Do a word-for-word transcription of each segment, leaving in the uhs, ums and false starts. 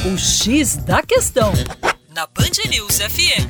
O X da Questão, na Band News F M.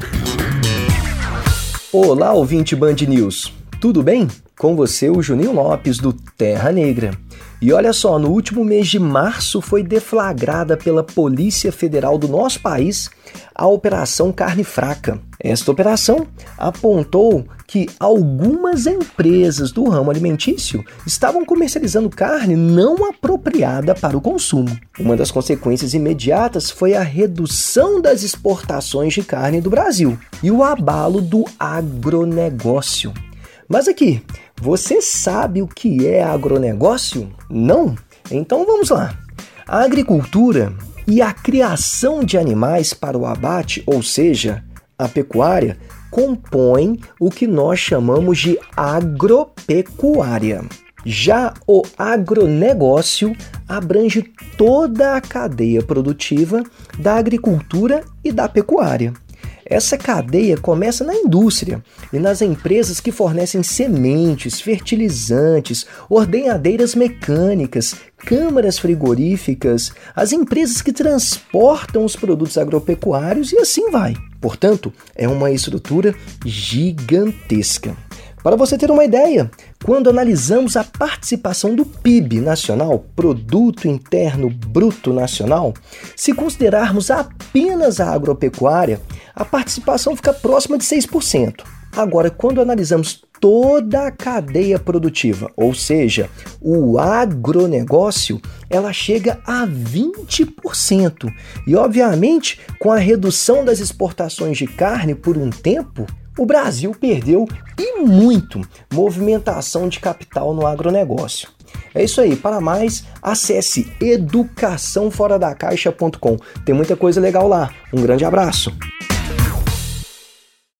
Olá, ouvinte Band News. Tudo bem? Com você, o Juninho Lopes, do Terra Negra. E olha só, no último mês de março foi deflagrada pela Polícia Federal do nosso país a Operação Carne Fraca. Esta operação apontou que algumas empresas do ramo alimentício estavam comercializando carne não apropriada para o consumo. Uma das consequências imediatas foi a redução das exportações de carne do Brasil e o abalo do agronegócio. Mas aqui, você sabe o que é agronegócio? Não? Então vamos lá. A agricultura e a criação de animais para o abate, ou seja, a pecuária, compõem o que nós chamamos de agropecuária. Já o agronegócio abrange toda a cadeia produtiva da agricultura e da pecuária. Essa cadeia começa na indústria e nas empresas que fornecem sementes, fertilizantes, ordenhadeiras mecânicas, câmaras frigoríficas, as empresas que transportam os produtos agropecuários e assim vai. Portanto, é uma estrutura gigantesca. Para você ter uma ideia, quando analisamos a participação do P I B nacional, Produto Interno Bruto Nacional, se considerarmos apenas a agropecuária, a participação fica próxima de seis por cento. Agora, quando analisamos toda a cadeia produtiva, ou seja, o agronegócio, ela chega a vinte por cento. E, obviamente, com a redução das exportações de carne por um tempo, o Brasil perdeu e muito movimentação de capital no agronegócio. É isso aí. Para mais, acesse educação fora da caixa ponto com. Tem muita coisa legal lá. Um grande abraço.